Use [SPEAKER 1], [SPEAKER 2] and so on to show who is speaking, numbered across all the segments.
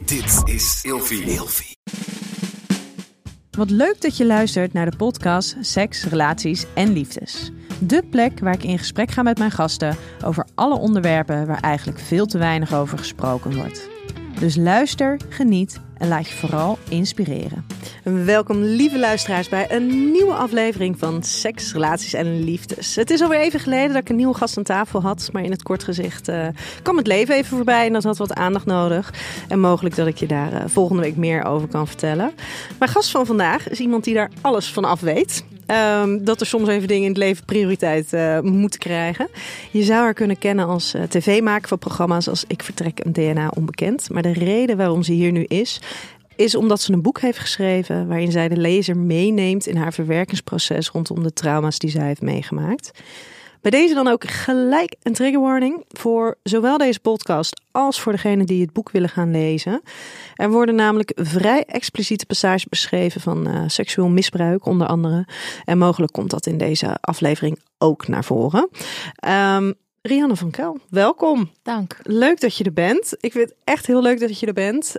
[SPEAKER 1] Dit is Ilfie.
[SPEAKER 2] Wat leuk dat je luistert naar de podcast Seks, Relaties en Liefdes. De plek waar ik in gesprek ga met mijn gasten over alle onderwerpen waar eigenlijk veel te weinig over gesproken wordt. Dus luister, geniet en laat je vooral inspireren. Welkom lieve luisteraars bij een nieuwe aflevering van Seks, Relaties en Liefdes. Het is alweer even geleden dat ik een nieuwe gast aan tafel had. Maar in het kort gezicht kwam het leven even voorbij en dat had wat aandacht nodig. En mogelijk dat ik je daar volgende week meer over kan vertellen. Mijn gast van vandaag is iemand die daar alles van af weet. Dat er soms even dingen in het leven prioriteit moeten krijgen. Je zou haar kunnen kennen als tv-maker van programma's als Ik vertrek een DNA onbekend. Maar de reden waarom ze hier nu is omdat ze een boek heeft geschreven waarin zij de lezer meeneemt in haar verwerkingsproces rondom de trauma's die zij heeft meegemaakt. Bij deze dan ook gelijk een trigger warning voor zowel deze podcast als voor degenen die het boek willen gaan lezen. Er worden namelijk vrij expliciete passages beschreven van seksueel misbruik onder andere. En mogelijk komt dat in deze aflevering ook naar voren. Rianne van Kuil, welkom.
[SPEAKER 3] Dank.
[SPEAKER 2] Leuk dat je er bent. Ik vind het echt heel leuk dat je er bent.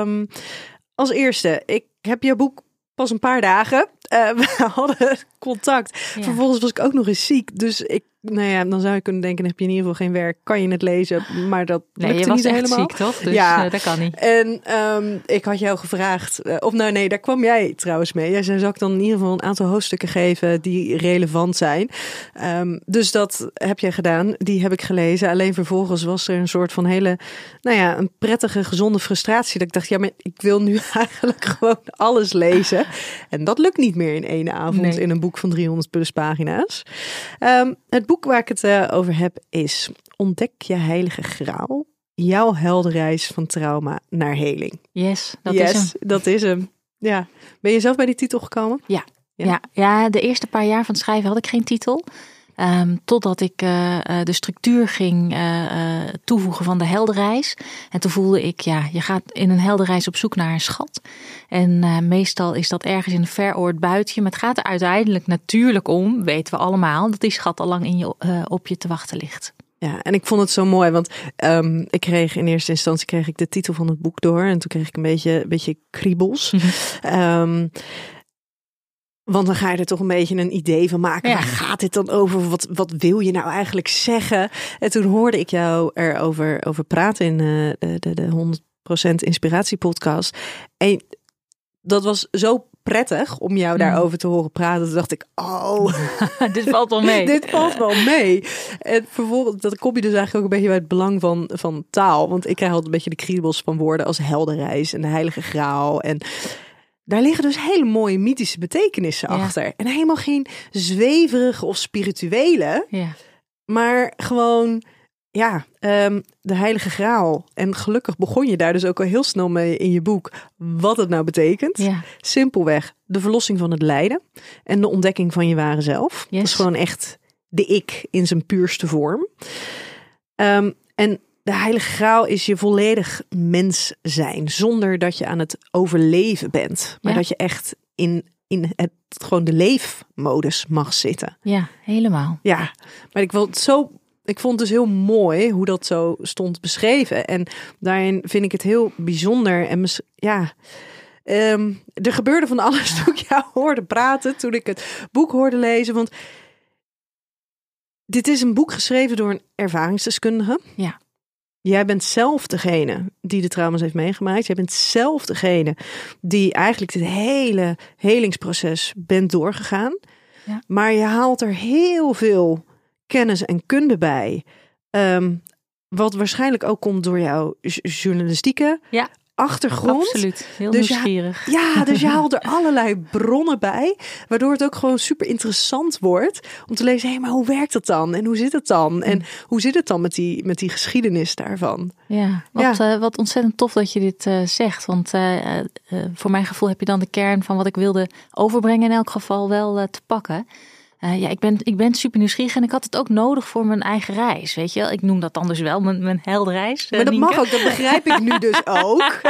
[SPEAKER 2] Als eerste, ik heb jouw boek pas een paar dagen. We hadden contact. Ja. Vervolgens was ik ook nog eens ziek. Dus dan zou je kunnen denken, heb je in ieder geval geen werk. Kan je het lezen? Maar dat lukte niet helemaal.
[SPEAKER 3] Nee, je was echt ziek, toch? Dus ja, dat kan niet.
[SPEAKER 2] En ik had jou gevraagd. Daar kwam jij trouwens mee. Jij zei, zal ik dan in ieder geval een aantal hoofdstukken geven die relevant zijn. Dus dat heb jij gedaan. Die heb ik gelezen. Alleen vervolgens was er een soort van hele, een prettige, gezonde frustratie. Dat ik dacht, maar ik wil nu eigenlijk gewoon alles lezen. En dat lukt niet meer in één avond in een boek van 300 plus pagina's. Het boek waar ik het over heb is Ontdek je heilige graal. Jouw heldenreis van trauma naar heling.
[SPEAKER 3] Yes, dat is hem.
[SPEAKER 2] Ja. Ben je zelf bij die titel gekomen?
[SPEAKER 3] Ja, de eerste paar jaar van het schrijven had ik geen titel. Totdat ik de structuur ging toevoegen van de heldenreis. En toen voelde ik, je gaat in een heldenreis op zoek naar een schat. En meestal is dat ergens in een veroord buitje. Maar het gaat er uiteindelijk natuurlijk om, weten we allemaal, dat die schat al lang op je te wachten ligt.
[SPEAKER 2] Ja, en ik vond het zo mooi, want ik kreeg in eerste instantie de titel van het boek door. En toen kreeg ik een beetje kriebels. Want dan ga je er toch een beetje een idee van maken. Ja. Waar gaat dit dan over? Wat wil je nou eigenlijk zeggen? En toen hoorde ik jou erover praten in de 100% Inspiratie podcast. En dat was zo prettig om jou daarover te horen praten. Toen dacht ik,
[SPEAKER 3] dit valt wel mee.
[SPEAKER 2] Dit valt wel mee. En vervolgens, dat kom je dus eigenlijk ook een beetje bij het belang van taal. Want ik krijg altijd een beetje de kriebels van woorden als heldenreis en de heilige graal. En daar liggen dus hele mooie mythische betekenissen achter. En helemaal geen zweverige of spirituele. Ja. Maar gewoon, de heilige graal. En gelukkig begon je daar dus ook al heel snel mee in je boek. Wat het nou betekent. Ja. Simpelweg de verlossing van het lijden. En de ontdekking van je ware zelf. Yes. Dat is gewoon echt de ik in zijn puurste vorm. En de heilige graal is je volledig mens zijn. Zonder dat je aan het overleven bent. Maar dat je echt in gewoon de leefmodus mag zitten.
[SPEAKER 3] Ja, helemaal.
[SPEAKER 2] Ja, maar ik vond het dus heel mooi hoe dat zo stond beschreven. En daarin vind ik het heel bijzonder. En er gebeurde van alles toen ik jou hoorde praten. Toen ik het boek hoorde lezen. Want dit is een boek geschreven door een ervaringsdeskundige.
[SPEAKER 3] Ja.
[SPEAKER 2] Jij bent zelf degene die de trauma's heeft meegemaakt. Jij bent zelf degene die eigenlijk dit hele helingsproces bent doorgegaan. Ja. Maar je haalt er heel veel kennis en kunde bij. Wat waarschijnlijk ook komt door jouw journalistieke achtergrond.
[SPEAKER 3] Absoluut, heel nieuwsgierig.
[SPEAKER 2] Dus je haalt er allerlei bronnen bij, waardoor het ook gewoon super interessant wordt om te lezen, maar hoe werkt dat dan? En hoe zit het dan? En hoe zit het dan met die geschiedenis daarvan?
[SPEAKER 3] Ja, wat ontzettend tof dat je dit zegt. Want voor mijn gevoel heb je dan de kern van wat ik wilde overbrengen in elk geval wel te pakken. Ik ben super nieuwsgierig en ik had het ook nodig voor mijn eigen reis. Weet je, ik noem dat dan dus wel mijn heldreis.
[SPEAKER 2] Maar dat
[SPEAKER 3] Nienke.
[SPEAKER 2] mag ook, dat begrijp ik nu dus ook.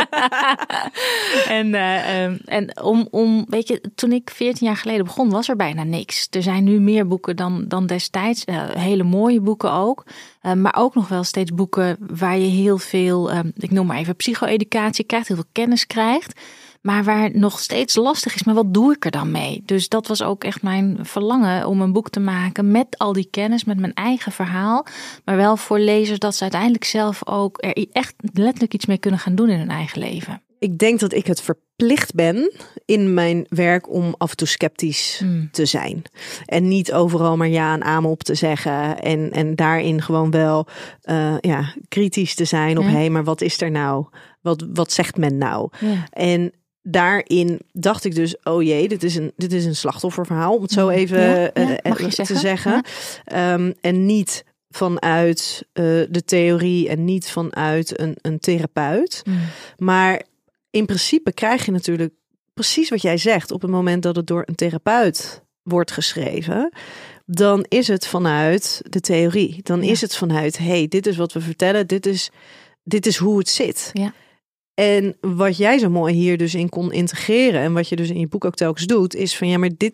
[SPEAKER 3] Weet je, toen ik 14 jaar geleden begon, was er bijna niks. Er zijn nu meer boeken dan destijds. Hele mooie boeken ook. Maar ook nog wel steeds boeken waar je heel veel, ik noem maar even psycho-educatie krijgt, heel veel kennis krijgt. Maar waar nog steeds lastig is, maar wat doe ik er dan mee? Dus dat was ook echt mijn verlangen om een boek te maken met al die kennis, met mijn eigen verhaal. Maar wel voor lezers dat ze uiteindelijk zelf ook er echt letterlijk iets mee kunnen gaan doen in hun eigen leven.
[SPEAKER 2] Ik denk dat ik het verplicht ben in mijn werk om af en toe sceptisch te zijn. En niet overal maar ja en amen op te zeggen. En daarin gewoon wel kritisch te zijn op maar wat is er nou? Wat zegt men nou? Ja. En daarin dacht ik dus, oh jee, dit is een slachtofferverhaal, om het zo even te zeggen. Ja. En niet vanuit de theorie en niet vanuit een therapeut. Maar in principe krijg je natuurlijk precies wat jij zegt. Op het moment dat het door een therapeut wordt geschreven, dan is het vanuit de theorie. Dan is het vanuit, dit is wat we vertellen, dit is hoe het zit. Ja. En wat jij zo mooi hier dus in kon integreren en wat je dus in je boek ook telkens doet, is van maar dit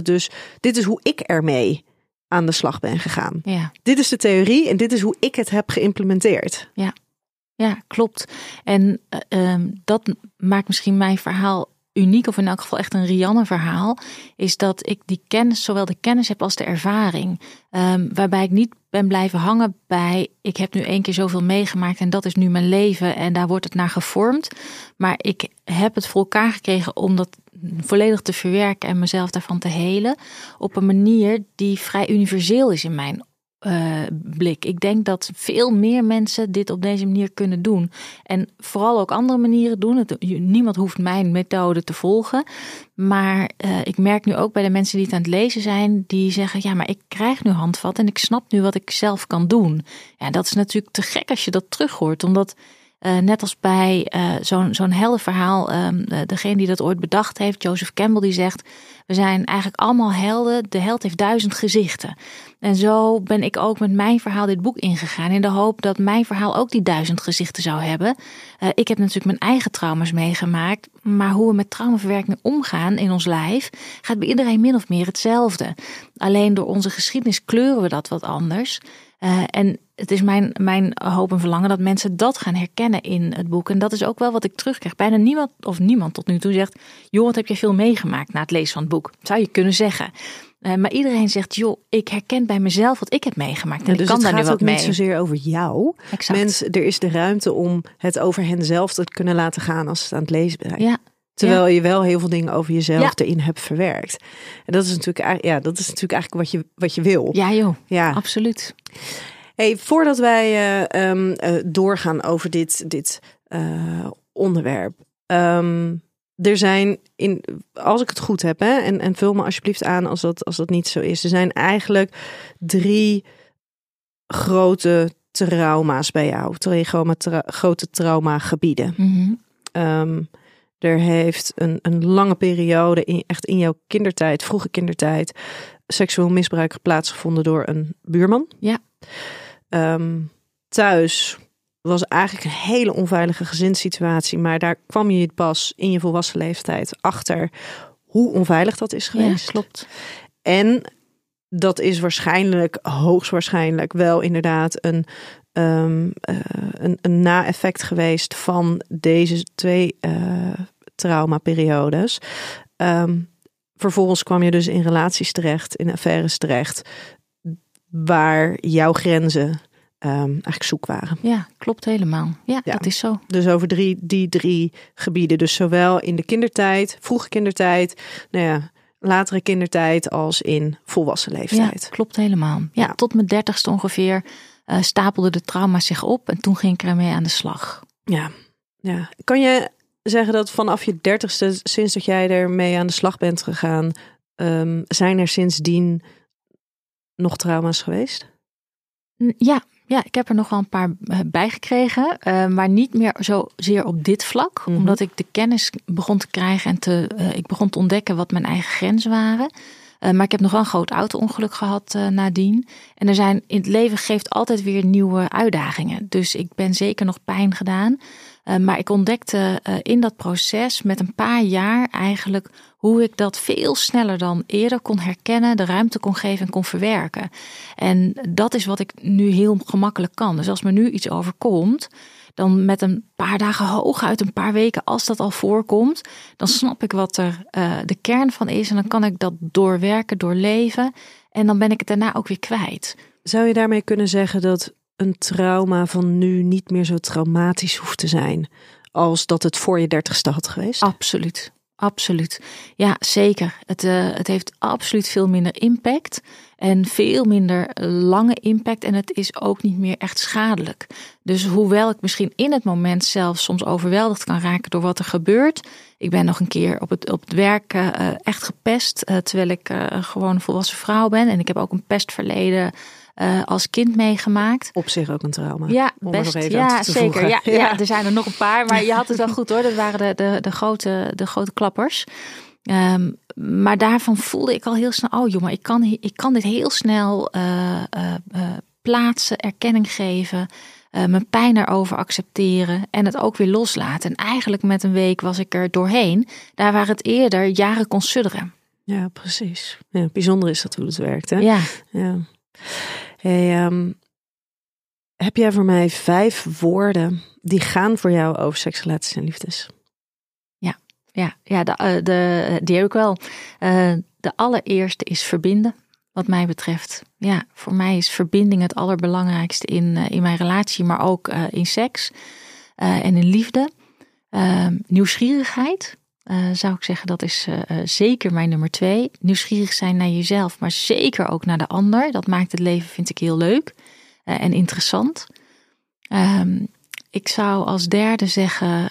[SPEAKER 2] is hoe ik ermee aan de slag ben gegaan. Ja. Dit is de theorie en dit is hoe ik het heb geïmplementeerd.
[SPEAKER 3] Ja, klopt. En dat maakt misschien mijn verhaal uniek, of in elk geval echt een Rianne verhaal, is dat ik die kennis, zowel de kennis heb als de ervaring. Waarbij ik niet ben blijven hangen bij, ik heb nu 1 keer zoveel meegemaakt en dat is nu mijn leven en daar wordt het naar gevormd. Maar ik heb het voor elkaar gekregen om dat volledig te verwerken en mezelf daarvan te helen op een manier die vrij universeel is in mijn blik. Ik denk dat veel meer mensen dit op deze manier kunnen doen. En vooral ook andere manieren doen. Niemand hoeft mijn methode te volgen. Maar ik merk nu ook bij de mensen die het aan het lezen zijn, die zeggen, maar ik krijg nu handvat en ik snap nu wat ik zelf kan doen. Ja, dat is natuurlijk te gek als je dat terug hoort. Omdat net als bij zo'n heldenverhaal, degene die dat ooit bedacht heeft, Joseph Campbell, die zegt, we zijn eigenlijk allemaal helden. De held heeft 1000 gezichten. En zo ben ik ook met mijn verhaal dit boek ingegaan, in de hoop dat mijn verhaal ook die 1000 gezichten zou hebben. Ik heb natuurlijk mijn eigen trauma's meegemaakt, maar hoe we met traumaverwerking omgaan in ons lijf, gaat bij iedereen min of meer hetzelfde. Alleen door onze geschiedenis kleuren we dat wat anders. En het is mijn hoop en verlangen dat mensen dat gaan herkennen in het boek. En dat is ook wel wat ik terugkrijg. Bijna niemand tot nu toe zegt, joh, wat heb je veel meegemaakt na het lezen van het boek? Dat zou je kunnen zeggen. Maar iedereen zegt, joh, ik herken bij mezelf wat ik heb meegemaakt. En
[SPEAKER 2] dus
[SPEAKER 3] ik kan daar nu wat mee.
[SPEAKER 2] Het gaat ook niet zozeer over jou.
[SPEAKER 3] Exact.
[SPEAKER 2] Er is de ruimte om het over hen zelf te kunnen laten gaan als ze het aan het lezen zijn.
[SPEAKER 3] Ja.
[SPEAKER 2] Terwijl je wel heel veel dingen over jezelf erin hebt verwerkt. En dat is natuurlijk, eigenlijk wat je wil.
[SPEAKER 3] Ja joh, absoluut.
[SPEAKER 2] Hey, voordat wij doorgaan over dit onderwerp. Er zijn, als ik het goed heb, en vul me alsjeblieft aan als dat niet zo is. Er zijn eigenlijk 3 grote trauma's bij jou. 3 grote traumagebieden. Mm-hmm. Er heeft een lange periode, echt in jouw kindertijd, vroege kindertijd, seksueel misbruik plaatsgevonden door een buurman.
[SPEAKER 3] Ja.
[SPEAKER 2] Thuis was eigenlijk een hele onveilige gezinssituatie, maar daar kwam je pas in je volwassen leeftijd achter hoe onveilig dat is geweest.
[SPEAKER 3] Ja, klopt.
[SPEAKER 2] En dat is hoogstwaarschijnlijk wel inderdaad een na-effect geweest van deze 2 traumaperiodes. Vervolgens kwam je dus in relaties terecht, in affaires terecht, waar jouw grenzen eigenlijk zoek waren.
[SPEAKER 3] Ja, klopt helemaal. Ja, dat is zo.
[SPEAKER 2] Dus over die 3 gebieden. Dus zowel in de kindertijd, vroege kindertijd, latere kindertijd als in volwassen leeftijd.
[SPEAKER 3] Ja, klopt helemaal. Ja, tot mijn 30ste ongeveer stapelden de trauma's zich op en toen ging ik ermee aan de slag.
[SPEAKER 2] Ja. Kan je zeggen dat vanaf je 30ste, sinds dat jij ermee aan de slag bent gegaan, zijn er sindsdien nog trauma's geweest?
[SPEAKER 3] Ja, ik heb er nog wel een paar bij gekregen, maar niet meer zozeer op dit vlak. Mm-hmm. Omdat ik de kennis begon te krijgen en ik begon te ontdekken wat mijn eigen grenzen waren. Maar ik heb nog wel een groot auto-ongeluk gehad nadien. En er zijn in het leven geeft altijd weer nieuwe uitdagingen. Dus ik ben zeker nog pijn gedaan. Maar ik ontdekte in dat proces met een paar jaar eigenlijk hoe ik dat veel sneller dan eerder kon herkennen, de ruimte kon geven en kon verwerken. En dat is wat ik nu heel gemakkelijk kan. Dus als me nu iets overkomt, dan met een paar dagen hooguit een paar weken, als dat al voorkomt, dan snap ik wat er de kern van is. En dan kan ik dat doorwerken, doorleven. En dan ben ik het daarna ook weer kwijt.
[SPEAKER 2] Zou je daarmee kunnen zeggen dat een trauma van nu niet meer zo traumatisch hoeft te zijn als dat het voor je 30ste had geweest?
[SPEAKER 3] Absoluut. Absoluut. Ja, zeker. Het heeft absoluut veel minder impact en veel minder lange impact. En het is ook niet meer echt schadelijk. Dus hoewel ik misschien in het moment zelf soms overweldigd kan raken door wat er gebeurt. Ik ben nog een keer op het werk echt gepest, terwijl ik gewoon een volwassen vrouw ben. En ik heb ook een pestverleden als kind meegemaakt.
[SPEAKER 2] Op zich ook een trauma.
[SPEAKER 3] Ja, best. Ja, zeker. Ja, er zijn er nog een paar, maar je had het wel goed hoor. Dat waren de grote klappers. Maar daarvan voelde ik al heel snel, oh jongen, ik kan dit heel snel plaatsen, erkenning geven, mijn pijn erover accepteren en het ook weer loslaten. En eigenlijk met een week was ik er doorheen, daar waar het eerder jaren kon sudderen.
[SPEAKER 2] Ja, precies. Ja, bijzonder is dat hoe het werkt, hè?
[SPEAKER 3] Ja.
[SPEAKER 2] Hey, heb jij voor mij 5 woorden die gaan voor jou over seks, relaties en liefdes?
[SPEAKER 3] Ja, die heb ik wel. De allereerste is verbinden, wat mij betreft. Ja, voor mij is verbinding het allerbelangrijkste in mijn relatie, maar ook in seks en in liefde. Nieuwsgierigheid, zou ik zeggen, dat is zeker mijn nummer 2. Nieuwsgierig zijn naar jezelf, maar zeker ook naar de ander. Dat maakt het leven, vind ik, heel leuk en interessant. Ik zou als derde zeggen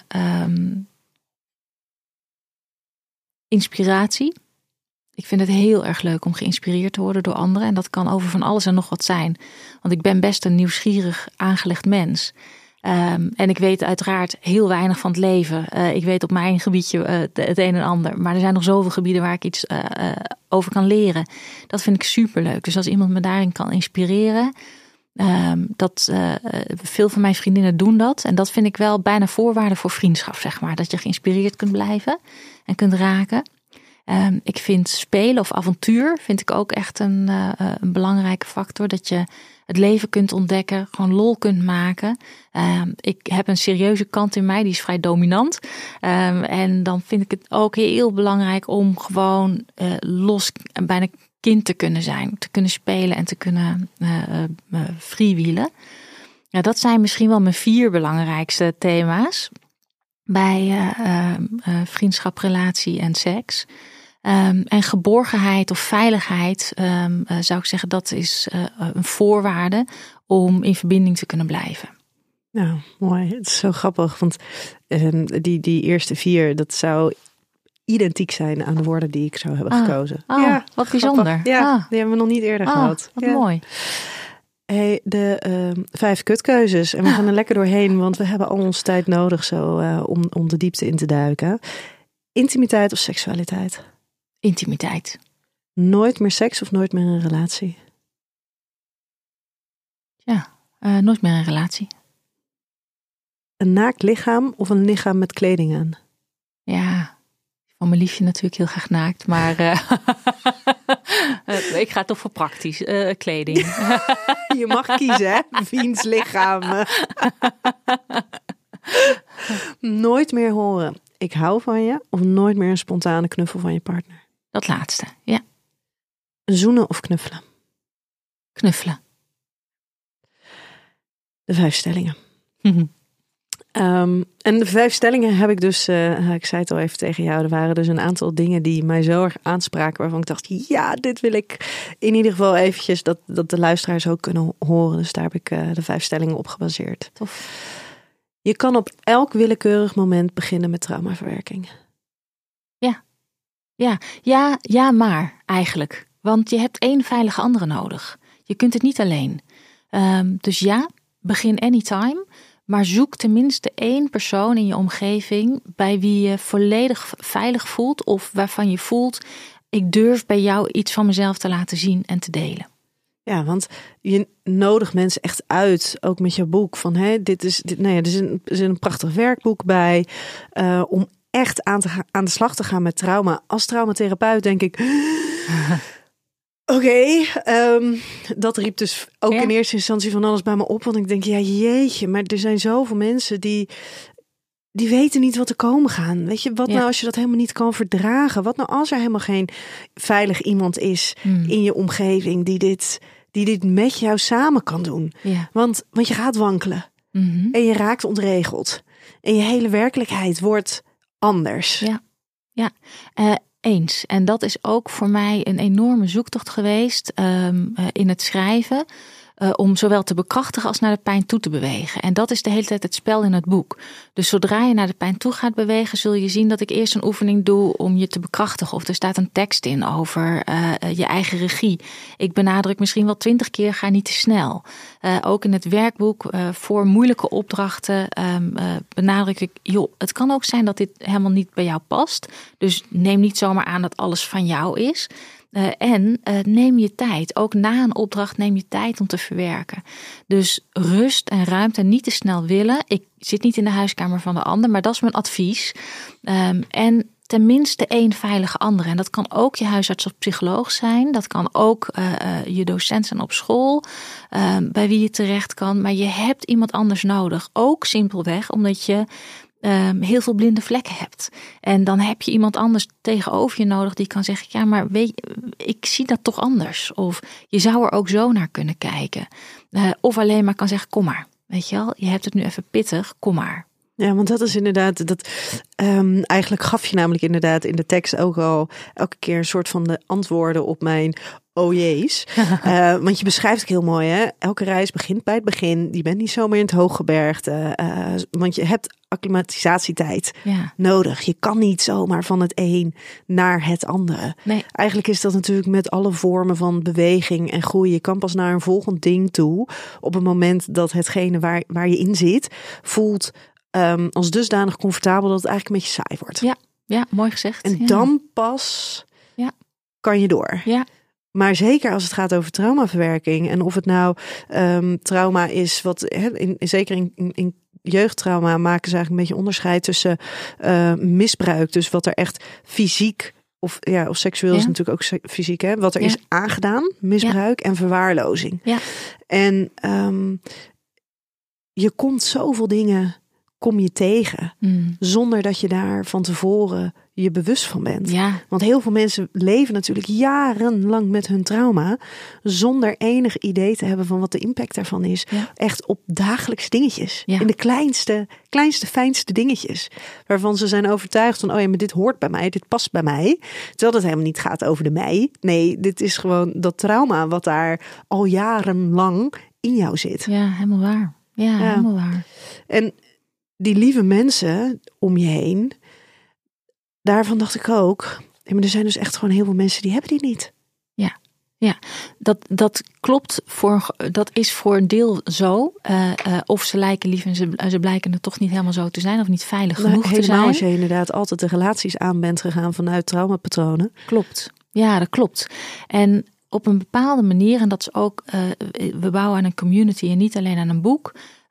[SPEAKER 3] inspiratie. Ik vind het heel erg leuk om geïnspireerd te worden door anderen. En dat kan over van alles en nog wat zijn. Want ik ben best een nieuwsgierig aangelegd mens. En ik weet uiteraard heel weinig van het leven. Ik weet op mijn gebiedje het een en ander. Maar er zijn nog zoveel gebieden waar ik iets over kan leren. Dat vind ik superleuk. Dus als iemand me daarin kan inspireren. Veel van mijn vriendinnen doen dat. En dat vind ik wel bijna voorwaarde voor vriendschap, zeg maar. Dat je geïnspireerd kunt blijven en kunt raken. Ik vind spelen of avontuur vind ik ook echt een belangrijke factor. Dat je het leven kunt ontdekken, gewoon lol kunt maken. Ik heb een serieuze kant in mij, die is vrij dominant. En dan vind ik het ook heel belangrijk om gewoon los en bijna kind te kunnen zijn. Te kunnen spelen en te kunnen freewheelen. Ja, dat zijn misschien wel mijn 4 belangrijkste thema's. Bij vriendschap, relatie en seks. En geborgenheid of veiligheid, zou ik zeggen, dat is een voorwaarde om in verbinding te kunnen blijven.
[SPEAKER 2] Nou, mooi. Het is zo grappig, want die eerste 4, dat zou identiek zijn aan de woorden die ik zou hebben gekozen.
[SPEAKER 3] Oh, ja, wat bijzonder.
[SPEAKER 2] Ja, die hebben we nog niet eerder gehad.
[SPEAKER 3] Wat mooi.
[SPEAKER 2] Hey, de 5 kutkeuses. En we gaan er lekker doorheen, want we hebben al onze tijd nodig zo om de diepte in te duiken. Intimiteit of seksualiteit?
[SPEAKER 3] Intimiteit.
[SPEAKER 2] Nooit meer seks of nooit meer een relatie?
[SPEAKER 3] Ja, nooit meer een relatie.
[SPEAKER 2] Een naakt lichaam of een lichaam met kleding aan?
[SPEAKER 3] Ja, van mijn liefje natuurlijk heel graag naakt, maar ik ga toch voor praktisch kleding.
[SPEAKER 2] Je mag kiezen, hè? Wiens lichaam. Nooit meer horen, ik hou van je, of nooit meer een spontane knuffel van je partner?
[SPEAKER 3] Dat laatste, ja.
[SPEAKER 2] Zoenen of knuffelen?
[SPEAKER 3] Knuffelen.
[SPEAKER 2] De 5 stellingen. En de 5 stellingen heb ik dus, ik zei het al even tegen jou, er waren dus een aantal dingen die mij zo erg aanspraken, waarvan ik dacht, ja, dit wil ik in ieder geval eventjes, dat de luisteraars ook kunnen horen. Dus daar heb ik de 5 stellingen op gebaseerd.
[SPEAKER 3] Tof.
[SPEAKER 2] Je kan op elk willekeurig moment beginnen met traumaverwerking.
[SPEAKER 3] Ja, maar eigenlijk. Want je hebt 1 veilige andere nodig. Je kunt het niet alleen. Dus ja, begin anytime. Maar zoek tenminste 1 persoon in je omgeving bij wie je volledig veilig voelt. Of waarvan je voelt, ik durf bij jou iets van mezelf te laten zien en te delen.
[SPEAKER 2] Ja, want je nodigt mensen echt uit, ook met je boek. Van er is een prachtig werkboek bij. Om echt aan de slag te gaan met trauma. Als traumatherapeut denk ik... Oké, dat riep dus ook in eerste instantie van alles bij me op. Want ik denk, ja jeetje, maar er zijn zoveel mensen die weten niet wat er komen gaan. Weet je, wat nou als je dat helemaal niet kan verdragen? Wat nou als er helemaal geen veilig iemand is in je omgeving die dit met jou samen kan doen?
[SPEAKER 3] Ja.
[SPEAKER 2] Want je gaat wankelen. Mm-hmm. En je raakt ontregeld. En je hele werkelijkheid wordt anders.
[SPEAKER 3] Ja. Eens. En dat is ook voor mij een enorme zoektocht geweest in het schrijven. Om zowel te bekrachtigen als naar de pijn toe te bewegen. En dat is de hele tijd het spel in het boek. Dus zodra je naar de pijn toe gaat bewegen, zul je zien dat ik eerst een oefening doe om je te bekrachtigen. Of er staat een tekst in over je eigen regie. Ik benadruk misschien wel 20 keer, ga niet te snel. Ook in het werkboek voor moeilijke opdrachten benadruk ik, joh, het kan ook zijn dat dit helemaal niet bij jou past. Dus neem niet zomaar aan dat alles van jou is. En neem je tijd. Ook na een opdracht neem je tijd om te verwerken. Dus rust en ruimte, niet te snel willen. Ik zit niet in de huiskamer van de ander, maar dat is mijn advies. En tenminste één veilige andere. En dat kan ook je huisarts of psycholoog zijn. Dat kan ook je docent zijn op school, bij wie je terecht kan. Maar je hebt iemand anders nodig. Ook simpelweg omdat je heel veel blinde vlekken hebt. En dan heb je iemand anders tegenover je nodig die kan zeggen, ja, maar ik zie dat toch anders. Of je zou er ook zo naar kunnen kijken. Of alleen maar kan zeggen, kom maar. Weet je wel, je hebt het nu even pittig, kom maar.
[SPEAKER 2] Ja, want dat is inderdaad, eigenlijk gaf je namelijk inderdaad in de tekst ook al elke keer een soort van de antwoorden op mijn oh jees. Want je beschrijft het heel mooi, hè? Elke reis begint bij het begin. Je bent niet zomaar in het hooggebergte. Want je hebt acclimatisatietijd nodig. Je kan niet zomaar van het een naar het andere.
[SPEAKER 3] Nee.
[SPEAKER 2] Eigenlijk is dat natuurlijk met alle vormen van beweging en groei. Je kan pas naar een volgend ding toe op het moment dat hetgene waar je in zit voelt als dusdanig comfortabel dat het eigenlijk een beetje saai wordt.
[SPEAKER 3] Ja, mooi gezegd.
[SPEAKER 2] En dan pas kan je door.
[SPEAKER 3] Ja.
[SPEAKER 2] Maar zeker als het gaat over traumaverwerking en of het nou trauma is, zeker in jeugdtrauma maken ze eigenlijk een beetje onderscheid tussen misbruik, dus wat er echt fysiek of seksueel is natuurlijk ook fysiek, hè, wat er is aangedaan, misbruik en verwaarlozing. Ja. En je komt zoveel dingen kom je tegen zonder dat je daar van tevoren je bewust van bent. Ja. Want heel veel mensen leven natuurlijk jarenlang met hun trauma zonder enig idee te hebben van wat de impact daarvan is. Ja. Echt op dagelijkse dingetjes. Ja. In de kleinste, fijnste dingetjes. Waarvan ze zijn overtuigd van, oh ja, maar dit hoort bij mij, dit past bij mij. Terwijl het helemaal niet gaat over de mij. Nee, dit is gewoon dat trauma wat daar al jarenlang in jou zit.
[SPEAKER 3] Ja, helemaal waar. Ja, helemaal waar.
[SPEAKER 2] En die lieve mensen om je heen, daarvan dacht ik ook, maar er zijn dus echt gewoon heel veel mensen die hebben die niet.
[SPEAKER 3] Ja, dat klopt. Dat is voor een deel zo. Of ze lijken lief en ze blijken het toch niet helemaal zo te zijn of niet veilig genoeg te zijn.
[SPEAKER 2] Helemaal als je inderdaad altijd de relaties aan bent gegaan vanuit traumapatronen.
[SPEAKER 3] Klopt. Ja, dat klopt. En op een bepaalde manier, en dat is ook, we bouwen aan een community en niet alleen aan een boek.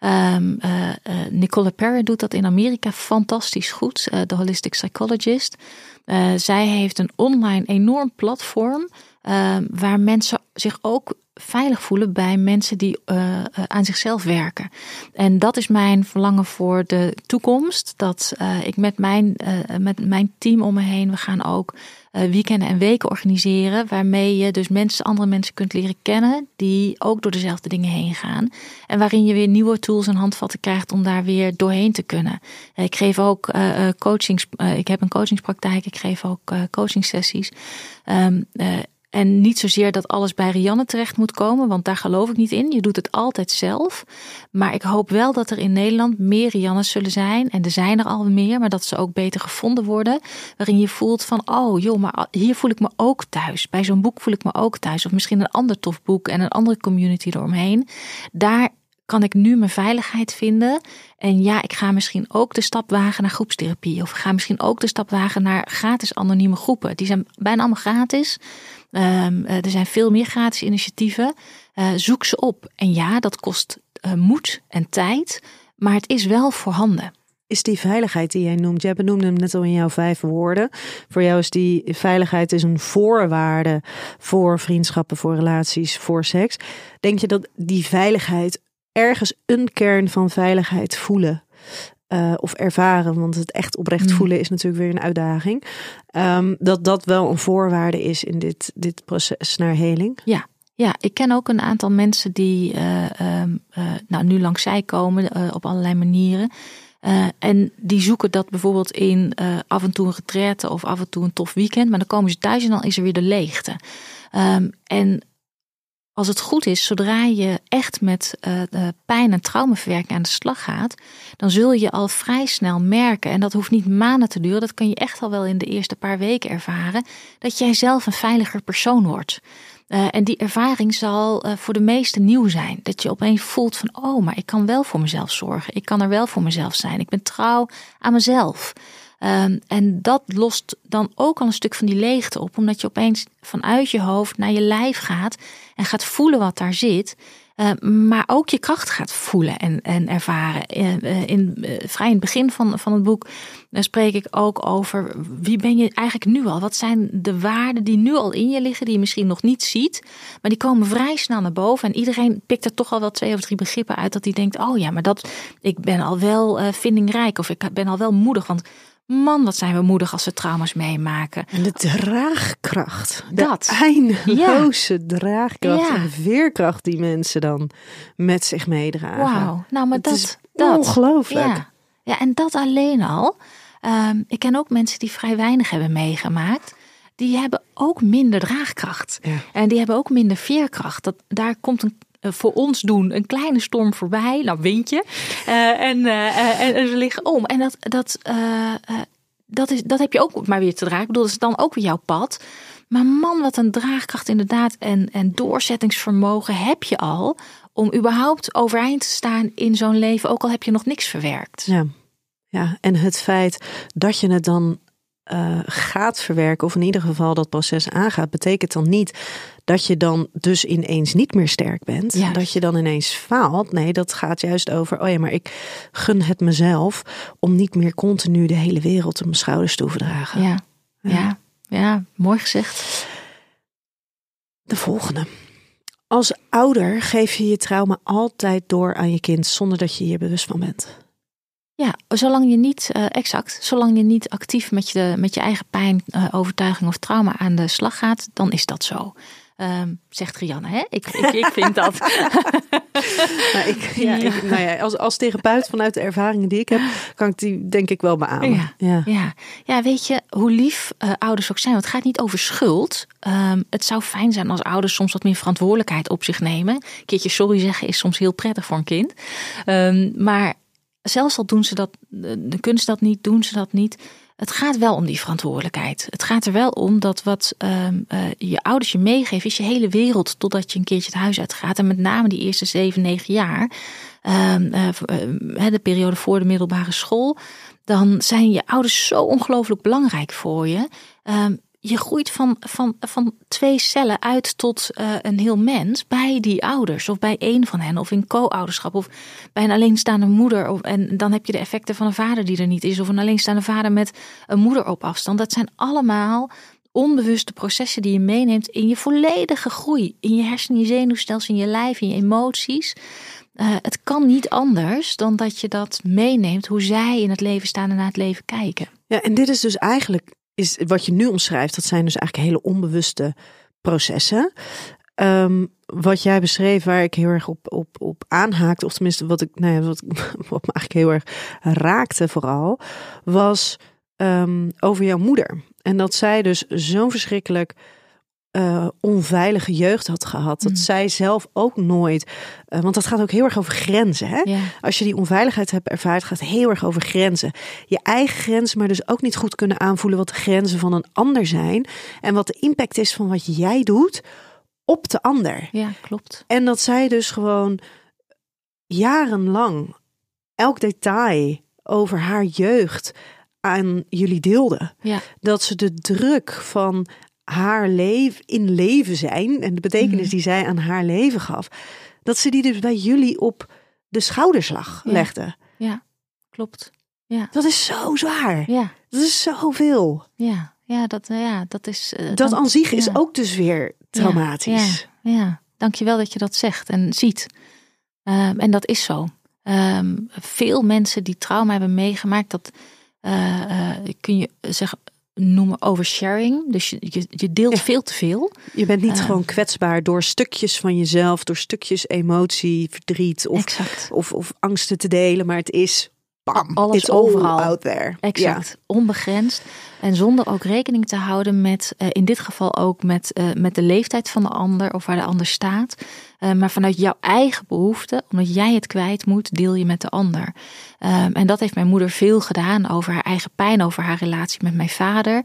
[SPEAKER 3] Nicola Perry doet dat in Amerika fantastisch goed, de Holistic Psychologist. Zij heeft een online enorm platform waar mensen zich ook veilig voelen bij mensen die aan zichzelf werken. En dat is mijn verlangen voor de toekomst. Dat ik met mijn team om me heen, we gaan ook weekenden en weken organiseren, waarmee je dus andere mensen kunt leren kennen die ook door dezelfde dingen heen gaan. En waarin je weer nieuwe tools en handvatten krijgt om daar weer doorheen te kunnen. Ik geef ook coachings. Ik heb een coachingspraktijk. Ik geef ook coachingsessies. En niet zozeer dat alles bij Rianne terecht moet komen, want daar geloof ik niet in. Je doet het altijd zelf. Maar ik hoop wel dat er in Nederland meer Riannes zullen zijn. En er zijn er al meer, maar dat ze ook beter gevonden worden. Waarin je voelt van, oh joh, maar hier voel ik me ook thuis. Bij zo'n boek voel ik me ook thuis. Of misschien een ander tof boek en een andere community eromheen. Daar kan ik nu mijn veiligheid vinden? En ja, ik ga misschien ook de stap wagen naar groepstherapie. Of ik ga misschien ook de stap wagen naar gratis anonieme groepen. Die zijn bijna allemaal gratis. Er zijn veel meer gratis initiatieven. Zoek ze op. En ja, dat kost moed en tijd. Maar het is wel voorhanden.
[SPEAKER 2] Is die veiligheid die jij noemt, jij benoemde hem net al in jouw 5 woorden. Voor jou is die veiligheid een voorwaarde voor vriendschappen, voor relaties, voor seks. Denk je dat die veiligheid ergens een kern van veiligheid voelen of ervaren, want het echt oprecht voelen is natuurlijk weer een uitdaging, dat wel een voorwaarde is in dit proces naar heling?
[SPEAKER 3] Ja, ik ken ook een aantal mensen die nu langs zij komen op allerlei manieren. En die zoeken dat bijvoorbeeld in af en toe een retraite of af en toe een tof weekend. Maar dan komen ze thuis en dan is er weer de leegte. En als het goed is, zodra je echt met pijn en traumaverwerking aan de slag gaat, dan zul je al vrij snel merken, en dat hoeft niet maanden te duren, dat kan je echt al wel in de eerste paar weken ervaren, dat jij zelf een veiliger persoon wordt. En die ervaring zal voor de meesten nieuw zijn. Dat je opeens voelt van, oh, maar ik kan wel voor mezelf zorgen. Ik kan er wel voor mezelf zijn. Ik ben trouw aan mezelf. En dat lost dan ook al een stuk van die leegte op. Omdat je opeens vanuit je hoofd naar je lijf gaat en gaat voelen wat daar zit. Maar ook je kracht gaat voelen en ervaren. Vrij in het begin van het boek spreek ik ook over wie ben je eigenlijk nu al? Wat zijn de waarden die nu al in je liggen, die je misschien nog niet ziet, maar die komen vrij snel naar boven. En iedereen pikt er toch al wel 2 of 3 begrippen uit dat hij denkt, oh ja, maar ik ben al wel vindingrijk of ik ben al wel moedig, want man, wat zijn we moedig als we trauma's meemaken.
[SPEAKER 2] En de draagkracht. Dat. Eindeloze draagkracht en veerkracht die mensen dan met zich meedragen.
[SPEAKER 3] Wauw, nou maar
[SPEAKER 2] dat is ongelooflijk.
[SPEAKER 3] Ja, en dat alleen al. Ik ken ook mensen die vrij weinig hebben meegemaakt. Die hebben ook minder draagkracht. Ja. En die hebben ook minder veerkracht. Daar komt voor ons doen een kleine storm voorbij. Nou, windje. En ze liggen om. En dat heb je ook maar weer te dragen. Ik bedoel, dat is dan ook weer jouw pad. Maar man, wat een draagkracht inderdaad en doorzettingsvermogen heb je al om überhaupt overeind te staan in zo'n leven, ook al heb je nog niks verwerkt.
[SPEAKER 2] Ja, en het feit dat je het dan gaat verwerken, of in ieder geval dat proces aangaat, betekent dan niet dat je dan dus ineens niet meer sterk bent.
[SPEAKER 3] Juist.
[SPEAKER 2] Dat je dan ineens faalt. Nee, dat gaat juist over, oh ja, maar ik gun het mezelf om niet meer continu de hele wereld op mijn schouders te hoeven dragen.
[SPEAKER 3] Ja, mooi gezegd.
[SPEAKER 2] De volgende. Als ouder geef je je trauma altijd door aan je kind zonder dat je je bewust van bent.
[SPEAKER 3] Ja, zolang je niet actief met je eigen pijn, overtuiging of trauma aan de slag gaat, dan is dat zo. Zegt Rianne, hè? Ik vind dat. Als therapeut vanuit de ervaringen die ik heb, kan ik die denk ik wel beamen. Ja, weet je, hoe lief ouders ook zijn. Want het gaat niet over schuld. Het zou fijn zijn als ouders soms wat meer verantwoordelijkheid op zich nemen. Een keertje sorry zeggen is soms heel prettig voor een kind. Maar zelfs al doen ze dat, kunnen ze dat niet, doen ze dat niet. Het gaat wel om die verantwoordelijkheid. Het gaat er wel om dat wat je ouders je meegeven is je hele wereld totdat je een keertje het huis uitgaat. En met name die eerste 7, 9 jaar, de periode voor de middelbare school, dan zijn je ouders zo ongelooflijk belangrijk voor je. Je groeit van 2 cellen uit tot een heel mens bij die ouders. Of bij één van hen. Of in co-ouderschap. Of bij een alleenstaande moeder. En dan heb je de effecten van een vader die er niet is. Of een alleenstaande vader met een moeder op afstand. Dat zijn allemaal onbewuste processen die je meeneemt in je volledige groei. In je hersenen, je zenuwstelsel, in je lijf, in je emoties. Het kan niet anders dan dat je dat meeneemt. Hoe zij in het leven staan en naar het leven kijken.
[SPEAKER 2] Ja, en dit is dus eigenlijk, is wat je nu omschrijft, dat zijn dus eigenlijk hele onbewuste processen. Wat jij beschreef, waar ik heel erg op aanhaakte, of tenminste wat me eigenlijk heel erg raakte vooral, was over jouw moeder. En dat zij dus zo'n verschrikkelijk onveilige jeugd had gehad. Dat zij zelf ook nooit, want dat gaat ook heel erg over grenzen. Hè?
[SPEAKER 3] Ja.
[SPEAKER 2] Als je die onveiligheid hebt ervaard, gaat het heel erg over grenzen. Je eigen grenzen, maar dus ook niet goed kunnen aanvoelen wat de grenzen van een ander zijn. En wat de impact is van wat jij doet op de ander.
[SPEAKER 3] Ja, klopt.
[SPEAKER 2] En dat zij dus gewoon jarenlang elk detail over haar jeugd aan jullie deelde.
[SPEAKER 3] Ja.
[SPEAKER 2] Dat ze de druk van haar leven zijn en de betekenis die zij aan haar leven gaf, dat ze die dus bij jullie op de schouders legde.
[SPEAKER 3] Ja, klopt. Ja.
[SPEAKER 2] Dat is zo zwaar.
[SPEAKER 3] Ja.
[SPEAKER 2] Dat is zoveel.
[SPEAKER 3] Dat is...
[SPEAKER 2] dat aan zich is ook dus weer traumatisch.
[SPEAKER 3] Ja. Dankjewel dat je dat zegt en ziet. En dat is zo. Veel mensen die trauma hebben meegemaakt, dat kun je noemen oversharing. Dus je deelt veel te veel.
[SPEAKER 2] Je bent niet gewoon kwetsbaar door stukjes van jezelf, door stukjes emotie, verdriet of angsten te delen, maar het is
[SPEAKER 3] alles
[SPEAKER 2] it's
[SPEAKER 3] overal.
[SPEAKER 2] All out there.
[SPEAKER 3] Exact, onbegrensd. En zonder ook rekening te houden met, in dit geval ook met de leeftijd van de ander of waar de ander staat. Maar vanuit jouw eigen behoefte, omdat jij het kwijt moet, deel je met de ander. En dat heeft mijn moeder veel gedaan over haar eigen pijn, over haar relatie met mijn vader.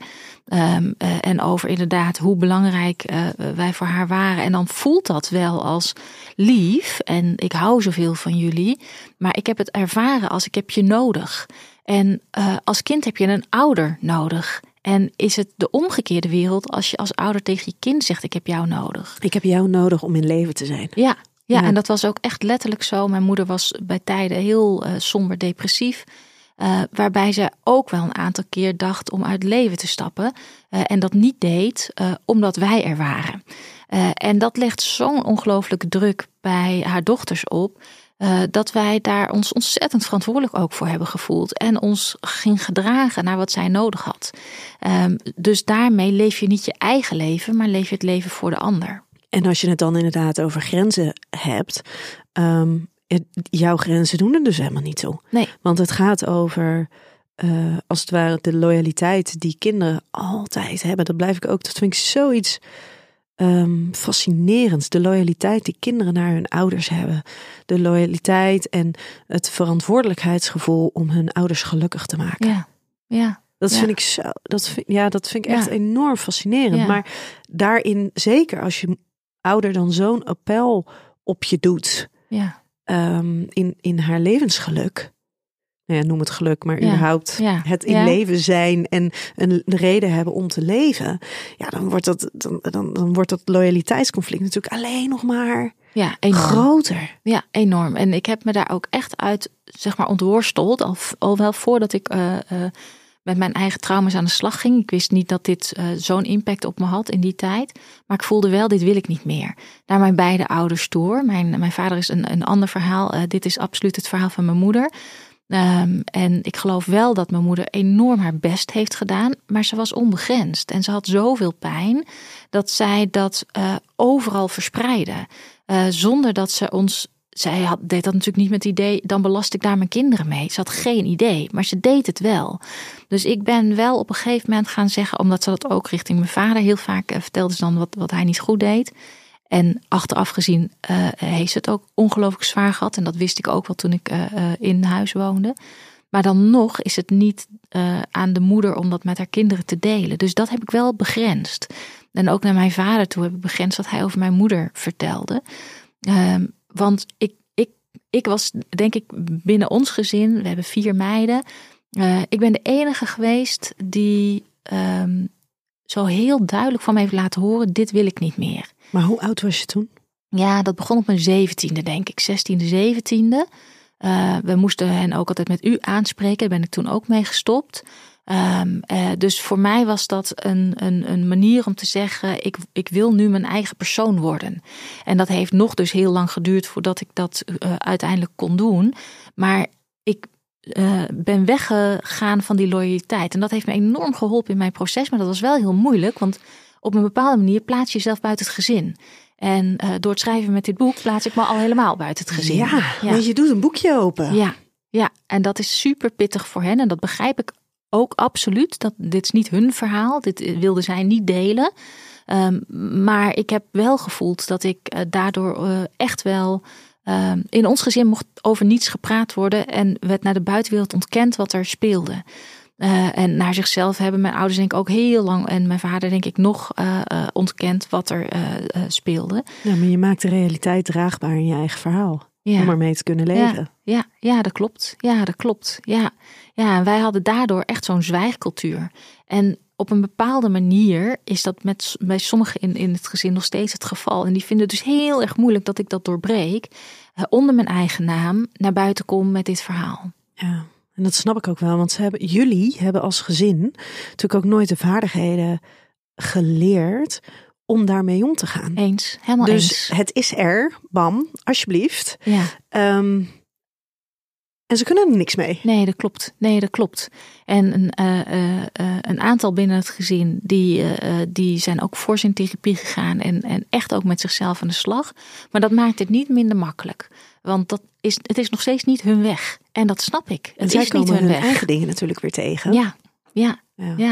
[SPEAKER 3] En over inderdaad hoe belangrijk wij voor haar waren. En dan voelt dat wel als lief en ik hou zoveel van jullie. Maar ik heb het ervaren als ik heb je nodig. En als kind heb je een ouder nodig. En is het de omgekeerde wereld als je als ouder tegen je kind zegt, ik heb jou nodig.
[SPEAKER 2] Ik heb jou nodig om in leven te zijn.
[SPEAKER 3] Ja, en dat was ook echt letterlijk zo. Mijn moeder was bij tijden heel somber depressief. Waarbij ze ook wel een aantal keer dacht om uit het leven te stappen. En dat niet deed omdat wij er waren. En dat legt zo'n ongelooflijke druk bij haar dochters op. Dat wij daar ons ontzettend verantwoordelijk ook voor hebben gevoeld. En ons ging gedragen naar wat zij nodig had. Dus daarmee leef je niet je eigen leven, maar leef je het leven voor de ander.
[SPEAKER 2] En als je het dan inderdaad over grenzen hebt, jouw grenzen doen er dus helemaal niet toe.
[SPEAKER 3] Nee.
[SPEAKER 2] Want het gaat over, als het ware, de loyaliteit die kinderen altijd hebben. Dat vind ik zoiets fascinerends. De loyaliteit die kinderen naar hun ouders hebben. De loyaliteit en het verantwoordelijkheidsgevoel om hun ouders gelukkig te maken.
[SPEAKER 3] Ja.
[SPEAKER 2] Dat vind ik zo. Dat vind ik echt enorm fascinerend.
[SPEAKER 3] Ja.
[SPEAKER 2] Maar daarin, zeker als je ouder dan zo'n appel op je doet, in haar levensgeluk. Nou ja, noem het geluk, maar überhaupt het in leven zijn en een reden hebben om te leven. Ja, dan wordt dat loyaliteitsconflict natuurlijk alleen nog maar groter.
[SPEAKER 3] Ja, enorm. En ik heb me daar ook echt uit, ontworsteld. Al wel voordat ik met mijn eigen trauma's aan de slag ging. Ik wist niet dat dit zo'n impact op me had in die tijd. Maar ik voelde wel, dit wil ik niet meer. Naar mijn beide ouders toe. Mijn vader is een ander verhaal. Dit is absoluut het verhaal van mijn moeder. En ik geloof wel dat mijn moeder enorm haar best heeft gedaan. Maar ze was onbegrensd. En ze had zoveel pijn dat zij dat overal verspreidde. Zonder dat ze ons... deed dat natuurlijk niet met het idee, dan belast ik daar mijn kinderen mee. Ze had geen idee, maar ze deed het wel. Dus ik ben wel op een gegeven moment gaan zeggen, omdat ze dat ook richting mijn vader heel vaak vertelde ze dan wat hij niet goed deed. En achteraf gezien heeft ze het ook ongelooflijk zwaar gehad. En dat wist ik ook wel toen ik in huis woonde. Maar dan nog is het niet aan de moeder om dat met haar kinderen te delen. Dus dat heb ik wel begrensd. En ook naar mijn vader toe heb ik begrensd wat hij over mijn moeder vertelde. Want ik was, denk ik, binnen ons gezin, we hebben 4 meiden. Ik ben de enige geweest die zo heel duidelijk van me heeft laten horen, dit wil ik niet meer.
[SPEAKER 2] Maar hoe oud was je toen?
[SPEAKER 3] Ja, dat begon op mijn 17e, denk ik. 16e, 17e. We moesten hen ook altijd met u aanspreken. Daar ben ik toen ook mee gestopt. Dus voor mij was dat een manier om te zeggen, ik wil nu mijn eigen persoon worden. En dat heeft nog dus heel lang geduurd voordat ik dat uiteindelijk kon doen. Maar ik ben weggegaan van die loyaliteit. En dat heeft me enorm geholpen in mijn proces. Maar dat was wel heel moeilijk, want op een bepaalde manier plaats je jezelf buiten het gezin. En door het schrijven met dit boek plaats ik me al helemaal buiten het gezin.
[SPEAKER 2] Ja, want je doet een boekje open.
[SPEAKER 3] Ja, en dat is super pittig voor hen. En dat begrijp ik ook absoluut. Dit is niet hun verhaal. Dit wilden zij niet delen. Maar ik heb wel gevoeld dat ik daardoor echt wel... in ons gezin mocht over niets gepraat worden. En werd naar de buitenwereld ontkend wat er speelde. En naar zichzelf hebben mijn ouders denk ik ook heel lang... en mijn vader denk ik nog ontkend wat er speelde.
[SPEAKER 2] Ja, maar je maakt de realiteit draagbaar in je eigen verhaal. om ermee te kunnen leven.
[SPEAKER 3] Ja, dat klopt. Ja, en wij hadden daardoor echt zo'n zwijgcultuur. En op een bepaalde manier is dat bij sommigen in het gezin nog steeds het geval. En die vinden het dus heel erg moeilijk dat ik dat doorbreek. Onder mijn eigen naam naar buiten kom met dit verhaal.
[SPEAKER 2] Ja, en dat snap ik ook wel. Want jullie hebben als gezin natuurlijk ook nooit de vaardigheden geleerd om daarmee om te gaan.
[SPEAKER 3] Eens, helemaal
[SPEAKER 2] dus
[SPEAKER 3] eens.
[SPEAKER 2] Dus het is er, bam, alsjeblieft.
[SPEAKER 3] Ja.
[SPEAKER 2] En ze kunnen er niks mee.
[SPEAKER 3] Nee, dat klopt. En een aantal binnen het gezin, die zijn ook voor zijn therapie gegaan. En echt ook met zichzelf aan de slag. Maar dat maakt het niet minder makkelijk. Want het is nog steeds niet hun weg. En dat snap ik. Het
[SPEAKER 2] zij
[SPEAKER 3] is niet
[SPEAKER 2] komen
[SPEAKER 3] hun
[SPEAKER 2] hun
[SPEAKER 3] weg.
[SPEAKER 2] eigen dingen natuurlijk weer tegen.
[SPEAKER 3] Ja.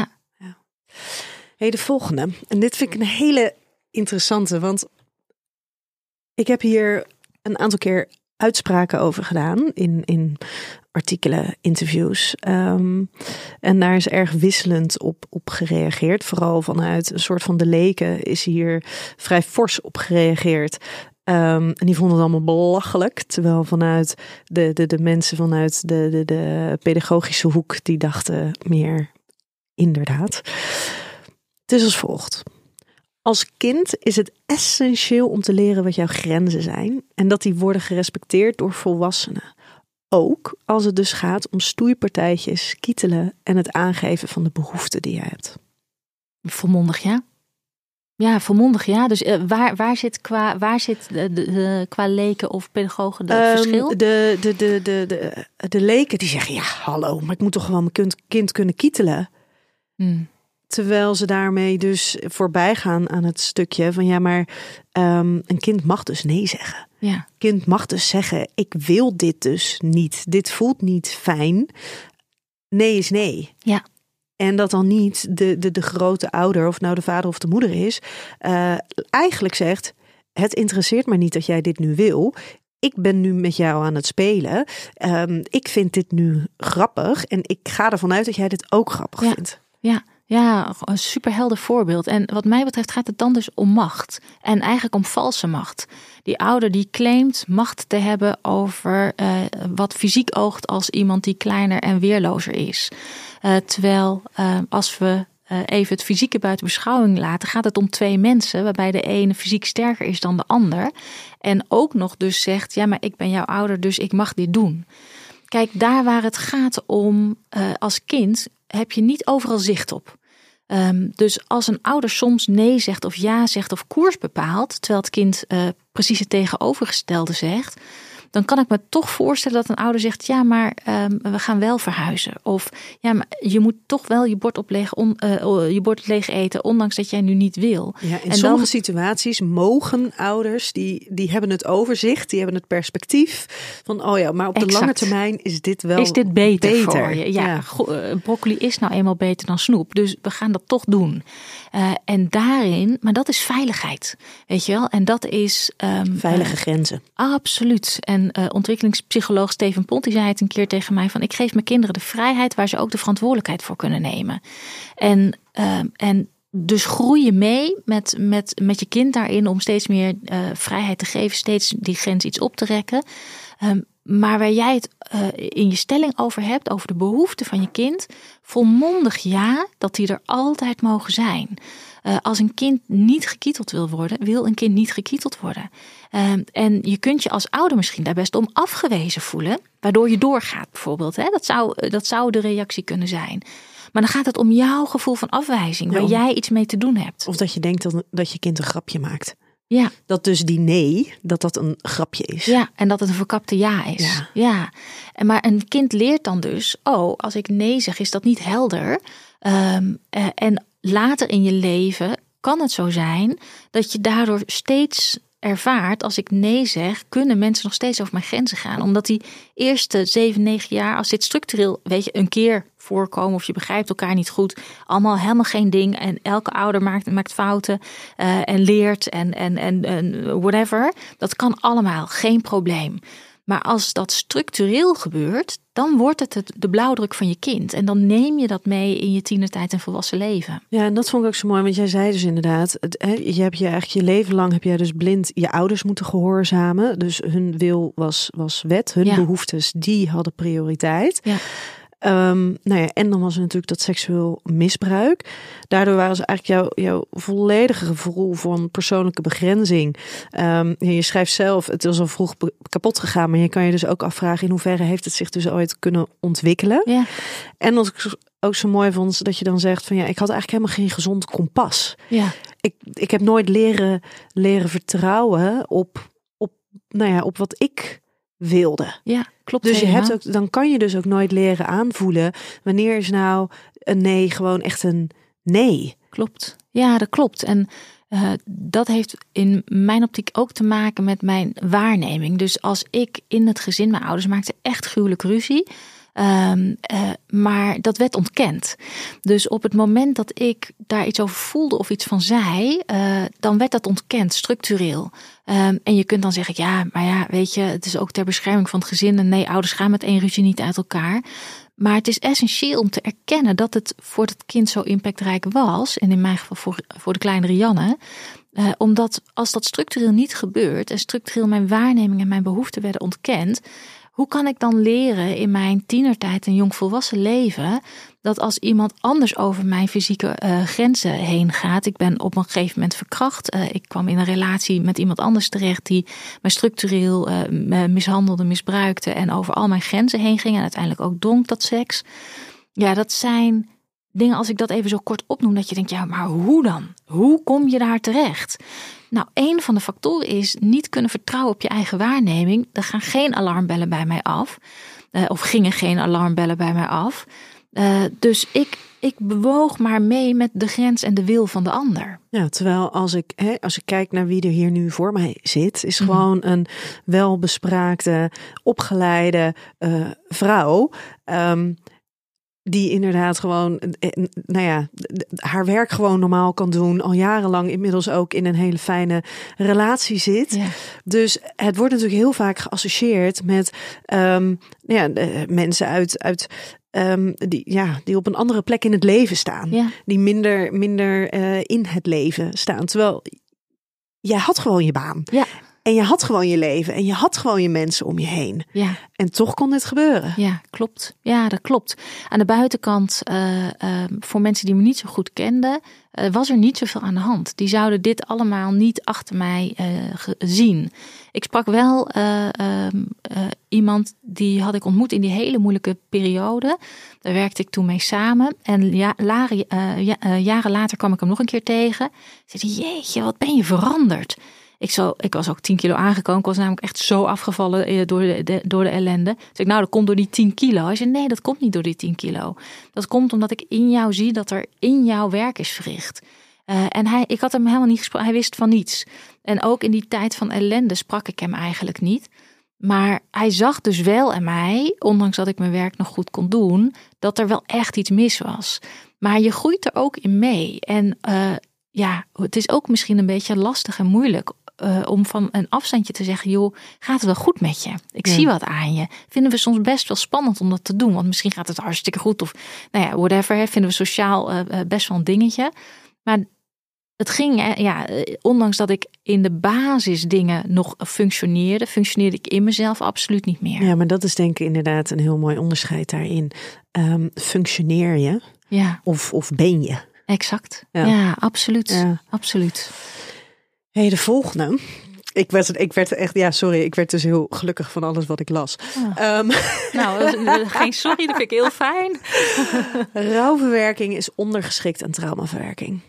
[SPEAKER 2] Hey, de volgende. En dit vind ik een hele interessante. Want ik heb hier een aantal keer uitspraken over gedaan in artikelen, interviews. En daar is erg wisselend op gereageerd. Vooral vanuit een soort van de leken is hier vrij fors op gereageerd. En die vonden het allemaal belachelijk. Terwijl vanuit de mensen vanuit de pedagogische hoek, die dachten meer inderdaad. Het is als volgt. Als kind is het essentieel om te leren wat jouw grenzen zijn en dat die worden gerespecteerd door volwassenen. Ook als het dus gaat om stoeipartijtjes, kietelen en het aangeven van de behoeften die je hebt.
[SPEAKER 3] Volmondig ja. Ja, volmondig ja. Dus waar zit qua leken of pedagogen het verschil?
[SPEAKER 2] De leken die zeggen ja, hallo, maar ik moet toch wel mijn kind kunnen kietelen. Terwijl ze daarmee dus voorbij gaan aan het stukje van ja, maar een kind mag dus nee zeggen.
[SPEAKER 3] Ja.
[SPEAKER 2] Kind mag dus zeggen, ik wil dit dus niet. Dit voelt niet fijn. Nee is nee.
[SPEAKER 3] Ja.
[SPEAKER 2] En dat dan niet de grote ouder, of nou de vader of de moeder is, eigenlijk zegt, het interesseert me niet dat jij dit nu wil. Ik ben nu met jou aan het spelen. Ik vind dit nu grappig en ik ga ervan uit dat jij dit ook grappig vindt.
[SPEAKER 3] Ja, een superhelder voorbeeld. En wat mij betreft gaat het dan dus om macht. En eigenlijk om valse macht. Die ouder die claimt macht te hebben over wat fysiek oogt als iemand die kleiner en weerlozer is. Terwijl als we even het fysieke buiten beschouwing laten, gaat het om twee mensen waarbij de ene fysiek sterker is dan de ander. En ook nog dus zegt, ja, maar ik ben jouw ouder, dus ik mag dit doen. Kijk, daar waar het gaat om als kind heb je niet overal zicht op. Dus als een ouder soms nee zegt of ja zegt of koers bepaalt, terwijl het kind precies het tegenovergestelde zegt, dan kan ik me toch voorstellen dat een ouder zegt, ja, maar we gaan wel verhuizen. Of ja, maar je moet toch wel je bord leeg eten, ondanks dat jij nu niet wil.
[SPEAKER 2] Ja, in sommige situaties mogen ouders, die hebben het overzicht, die hebben het perspectief van, oh ja, maar op de lange termijn is dit wel
[SPEAKER 3] is dit beter voor je. Ja. Broccoli is nou eenmaal beter dan snoep, dus we gaan dat toch doen. En daarin, maar dat is veiligheid, weet je wel. En dat is
[SPEAKER 2] veilige grenzen.
[SPEAKER 3] Absoluut. En ontwikkelingspsycholoog Steven Pont die zei het een keer tegen mij van, ik geef mijn kinderen de vrijheid waar ze ook de verantwoordelijkheid voor kunnen nemen. En dus groei je mee met je kind daarin om steeds meer vrijheid te geven, steeds die grens iets op te rekken. Maar waar jij het in je stelling over hebt, over de behoeften van je kind, volmondig ja, dat die er altijd mogen zijn. Als een kind niet gekieteld wil een kind niet gekieteld worden. En je kunt je als ouder misschien daar best om afgewezen voelen, waardoor je doorgaat bijvoorbeeld. Hè? Dat zou de reactie kunnen zijn. Maar dan gaat het om jouw gevoel van afwijzing, waar jij iets mee te doen hebt.
[SPEAKER 2] Of dat je denkt dat je kind een grapje maakt.
[SPEAKER 3] Ja.
[SPEAKER 2] Dat dus die nee, dat een grapje is.
[SPEAKER 3] Ja, en dat het een verkapte ja is. Ja. Maar een kind leert dan dus, als ik nee zeg, is dat niet helder. En later in je leven kan het zo zijn dat je daardoor steeds ervaart, als ik nee zeg, kunnen mensen nog steeds over mijn grenzen gaan. Omdat die eerste 7, 9 jaar, als dit structureel, een keer voorkomen of je begrijpt elkaar niet goed, allemaal helemaal geen ding. En elke ouder maakt fouten en leert en whatever. Dat kan allemaal, geen probleem. Maar als dat structureel gebeurt, dan wordt het de blauwdruk van je kind. En dan neem je dat mee in je tienertijd en volwassen leven.
[SPEAKER 2] Ja, en dat vond ik ook zo mooi. Want jij zei dus inderdaad, je hebt je eigenlijk je leven lang heb jij dus blind je ouders moeten gehoorzamen. Dus hun wil was wet. Hun behoeftes, die hadden prioriteit.
[SPEAKER 3] Ja.
[SPEAKER 2] En dan was er natuurlijk dat seksueel misbruik. Daardoor waren ze eigenlijk jouw volledige gevoel van persoonlijke begrenzing. Je schrijft zelf, het was al vroeg kapot gegaan, maar je kan je dus ook afvragen in hoeverre heeft het zich dus ooit kunnen ontwikkelen.
[SPEAKER 3] Ja.
[SPEAKER 2] En wat ik ook zo mooi vond, dat je dan zegt van ik had eigenlijk helemaal geen gezond kompas.
[SPEAKER 3] Ja.
[SPEAKER 2] Ik heb nooit leren vertrouwen op wat ik wilde.
[SPEAKER 3] Ja, klopt.
[SPEAKER 2] Dus
[SPEAKER 3] helemaal.
[SPEAKER 2] dan kan je dus ook nooit leren aanvoelen wanneer is nou een nee gewoon echt een nee.
[SPEAKER 3] Klopt. Ja, dat klopt. En dat heeft in mijn optiek ook te maken met mijn waarneming. Dus als ik in het gezin, mijn ouders maakten echt gruwelijk ruzie. Maar dat werd ontkend. Dus op het moment dat ik daar iets over voelde of iets van zei, dan werd dat ontkend, structureel. En je kunt dan zeggen, weet je, het is ook ter bescherming van het gezin. En nee, ouders gaan met één ruzie niet uit elkaar. Maar het is essentieel om te erkennen dat het voor het kind zo impactrijk was. En in mijn geval voor de kleinere Janne. Omdat als dat structureel niet gebeurt en structureel mijn waarneming en mijn behoeften werden ontkend, hoe kan ik dan leren in mijn tienertijd en jongvolwassen leven dat als iemand anders over mijn fysieke grenzen heen gaat. Ik ben op een gegeven moment verkracht. Ik kwam in een relatie met iemand anders terecht die mij structureel mishandelde, misbruikte en over al mijn grenzen heen ging en uiteindelijk ook dwong tot seks. Ja, dat zijn dingen, als ik dat even zo kort opnoem, dat je denkt, maar hoe dan? Hoe kom je daar terecht? Nou, een van de factoren is niet kunnen vertrouwen op je eigen waarneming. Er gaan geen alarmbellen bij mij af. Of gingen geen alarmbellen bij mij af. Dus ik bewoog maar mee met de grens en de wil van de ander.
[SPEAKER 2] Ja, terwijl als ik kijk naar wie er hier nu voor mij zit, is gewoon een welbespraakte, opgeleide vrouw. Die inderdaad gewoon, haar werk gewoon normaal kan doen. Al jarenlang inmiddels ook in een hele fijne relatie zit. Ja. Dus het wordt natuurlijk heel vaak geassocieerd met mensen uit die op een andere plek in het leven staan. Ja. Die minder in het leven staan. Terwijl jij had gewoon je baan. Ja. En je had gewoon je leven. En je had gewoon je mensen om je heen. Ja. En toch kon dit gebeuren.
[SPEAKER 3] Ja, klopt. Ja, dat klopt. Aan de buitenkant, voor mensen die me niet zo goed kenden, was er niet zoveel aan de hand. Die zouden dit allemaal niet achter mij zien. Ik sprak wel iemand die had ik ontmoet in die hele moeilijke periode. Daar werkte ik toen mee samen. En jaren later kwam ik hem nog een keer tegen. Ik zei, jeetje, wat ben je veranderd? Ik was ook 10 kilo aangekomen. Ik was namelijk echt zo afgevallen door de ellende. Dus dat komt door die 10 kilo. Hij zei, nee, dat komt niet door die 10 kilo. Dat komt omdat ik in jou zie dat er in jou werk is verricht. En ik had hem helemaal niet gesproken. Hij wist van niets. En ook in die tijd van ellende sprak ik hem eigenlijk niet. Maar hij zag dus wel aan mij, ondanks dat ik mijn werk nog goed kon doen, dat er wel echt iets mis was. Maar je groeit er ook in mee. En het is ook misschien een beetje lastig en moeilijk om van een afstandje te zeggen, joh, gaat het wel goed met je? Ik zie wat aan je. Vinden we soms best wel spannend om dat te doen. Want misschien gaat het hartstikke goed of whatever. Vinden we sociaal best wel een dingetje. Maar het ging, ondanks dat ik in de basis dingen nog functioneerde ik in mezelf absoluut niet meer.
[SPEAKER 2] Ja, maar dat is denk ik inderdaad een heel mooi onderscheid daarin. Functioneer je? Ja. Of ben je?
[SPEAKER 3] Exact. Ja, absoluut. Ja. Absoluut.
[SPEAKER 2] Hey, de volgende. Ik werd echt, ik werd dus heel gelukkig van alles wat ik las.
[SPEAKER 3] Geen sorry, dat vind ik heel fijn.
[SPEAKER 2] Rouwverwerking is ondergeschikt aan traumaverwerking.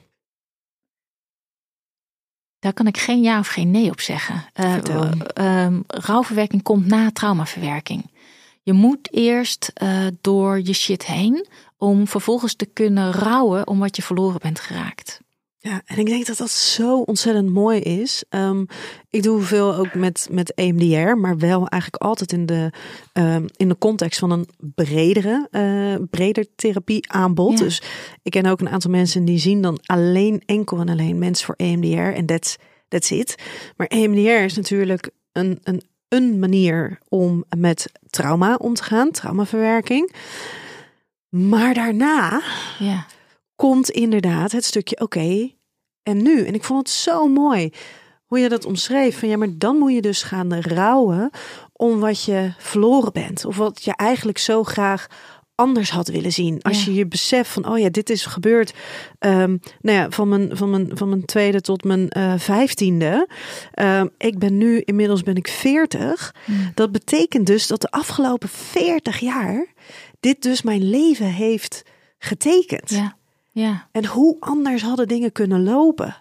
[SPEAKER 3] Daar kan ik geen ja of geen nee op zeggen. Rouwverwerking komt na traumaverwerking. Je moet eerst door je shit heen om vervolgens te kunnen rouwen om wat je verloren bent geraakt.
[SPEAKER 2] Ja, en ik denk dat dat zo ontzettend mooi is. Ik doe veel ook met EMDR, maar wel eigenlijk altijd in de context van een breder therapieaanbod. Ja. Dus ik ken ook een aantal mensen die zien dan enkel en alleen mensen voor EMDR en that's it. Maar EMDR is natuurlijk een een manier om met trauma om te gaan, traumaverwerking. Maar daarna komt inderdaad het stukje oké, en nu? En ik vond het zo mooi hoe je dat omschreef. Van maar dan moet je dus gaan rouwen om wat je verloren bent. Of wat je eigenlijk zo graag anders had willen zien. Als je beseft van, dit is gebeurd van mijn 2e tot mijn 15e. Ik ben nu, inmiddels ben ik 40. Dat betekent dus dat de afgelopen 40 jaar dit dus mijn leven heeft getekend.
[SPEAKER 3] Ja.
[SPEAKER 2] En hoe anders hadden dingen kunnen lopen.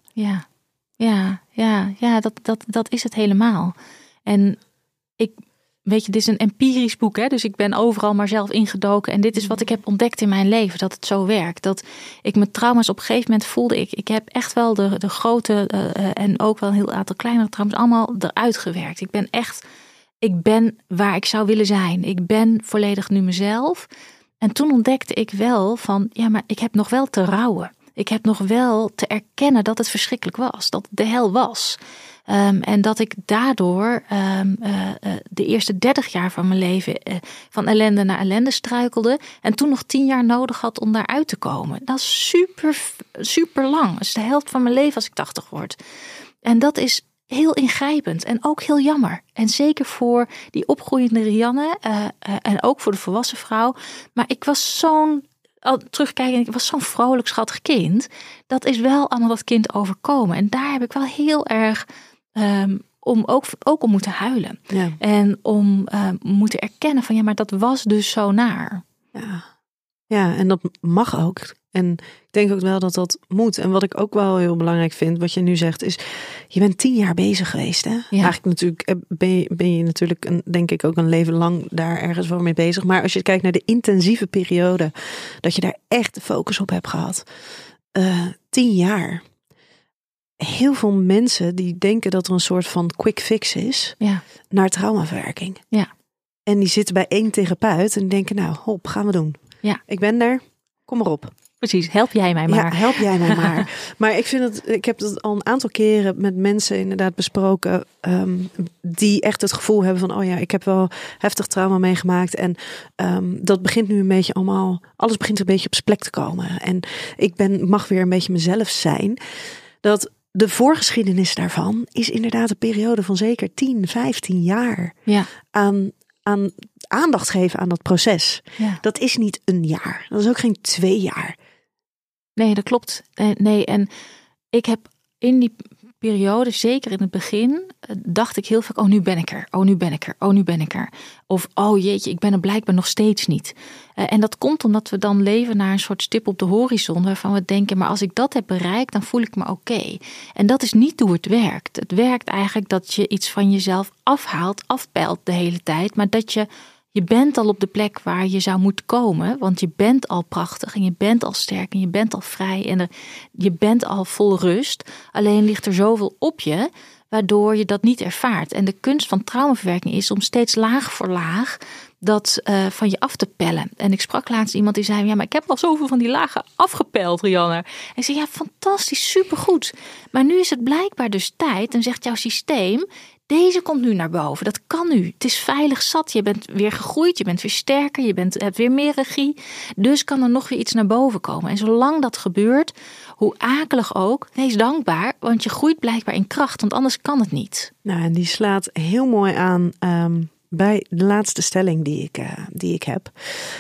[SPEAKER 3] Dat is het helemaal. En dit is een empirisch boek, hè? Dus ik ben overal maar zelf ingedoken. En dit is wat ik heb ontdekt in mijn leven, dat het zo werkt. Dat ik mijn trauma's op een gegeven moment voelde. Ik heb echt wel de grote en ook wel een heel aantal kleinere trauma's allemaal eruit gewerkt. Ik ben waar ik zou willen zijn. Ik ben volledig nu mezelf. En toen ontdekte ik wel van, maar ik heb nog wel te rouwen. Ik heb nog wel te erkennen dat het verschrikkelijk was. Dat het de hel was. En dat ik daardoor de eerste 30 jaar van mijn leven van ellende naar ellende struikelde. En toen nog 10 jaar nodig had om daaruit te komen. Dat is super, super lang. Dat is de helft van mijn leven als ik 80 word. En dat is heel ingrijpend en ook heel jammer. En zeker voor die opgroeiende Rianne en ook voor de volwassen vrouw. Maar ik was terugkijken, ik was zo'n vrolijk, schattig kind. Dat is wel allemaal dat kind overkomen. En daar heb ik wel heel erg om om moeten huilen. Ja. En om moeten erkennen van maar dat was dus zo naar.
[SPEAKER 2] Ja, en dat mag ook. En ik denk ook wel dat dat moet. En wat ik ook wel heel belangrijk vind, wat je nu zegt, is je bent 10 jaar bezig geweest. Hè? Ja. Eigenlijk natuurlijk ben je natuurlijk denk ik ook een leven lang daar ergens wel mee bezig. Maar als je kijkt naar de intensieve periode, dat je daar echt de focus op hebt gehad. 10 jaar. Heel veel mensen die denken dat er een soort van quick fix is naar traumaverwerking. Ja. En die zitten bij 1 therapeut en denken, hop, gaan we doen. Ja. Ik ben er, kom maar op.
[SPEAKER 3] Precies, help jij mij maar.
[SPEAKER 2] Ja, help jij mij maar. Maar ik heb dat al een aantal keren met mensen inderdaad besproken, die echt het gevoel hebben van, ik heb wel heftig trauma meegemaakt. En dat begint nu een beetje alles begint een beetje op zijn plek te komen. En ik mag weer een beetje mezelf zijn. Dat de voorgeschiedenis daarvan is inderdaad een periode van zeker 10, 15 jaar aan aandacht geven aan dat proces. Ja. Dat is niet een jaar. Dat is ook geen 2 jaar.
[SPEAKER 3] Nee, dat klopt. Nee, en ik heb in die periode, zeker in het begin, dacht ik heel vaak, nu ben ik er. Nu ben ik er. Of, jeetje, ik ben er blijkbaar nog steeds niet. En dat komt omdat we dan leven naar een soort stip op de horizon, waarvan we denken, maar als ik dat heb bereikt, dan voel ik me oké. En dat is niet hoe het werkt. Het werkt eigenlijk dat je iets van jezelf afpeilt de hele tijd, maar dat je bent al op de plek waar je zou moeten komen, want je bent al prachtig en je bent al sterk en je bent al vrij en je bent al vol rust. Alleen ligt er zoveel op je, waardoor je dat niet ervaart. En de kunst van traumaverwerking is om steeds laag voor laag dat van je af te pellen. En ik sprak laatst iemand die zei, maar ik heb al zoveel van die lagen afgepeld, Rianne. En ik zei, fantastisch, supergoed. Maar nu is het blijkbaar dus tijd, en zegt jouw systeem, deze komt nu naar boven. Dat kan nu. Het is veilig zat. Je bent weer gegroeid. Je bent weer sterker. Je hebt weer meer regie. Dus kan er nog weer iets naar boven komen. En zolang dat gebeurt, hoe akelig ook, wees dankbaar. Want je groeit blijkbaar in kracht. Want anders kan het niet.
[SPEAKER 2] Nou, en die slaat heel mooi aan bij de laatste stelling die ik heb.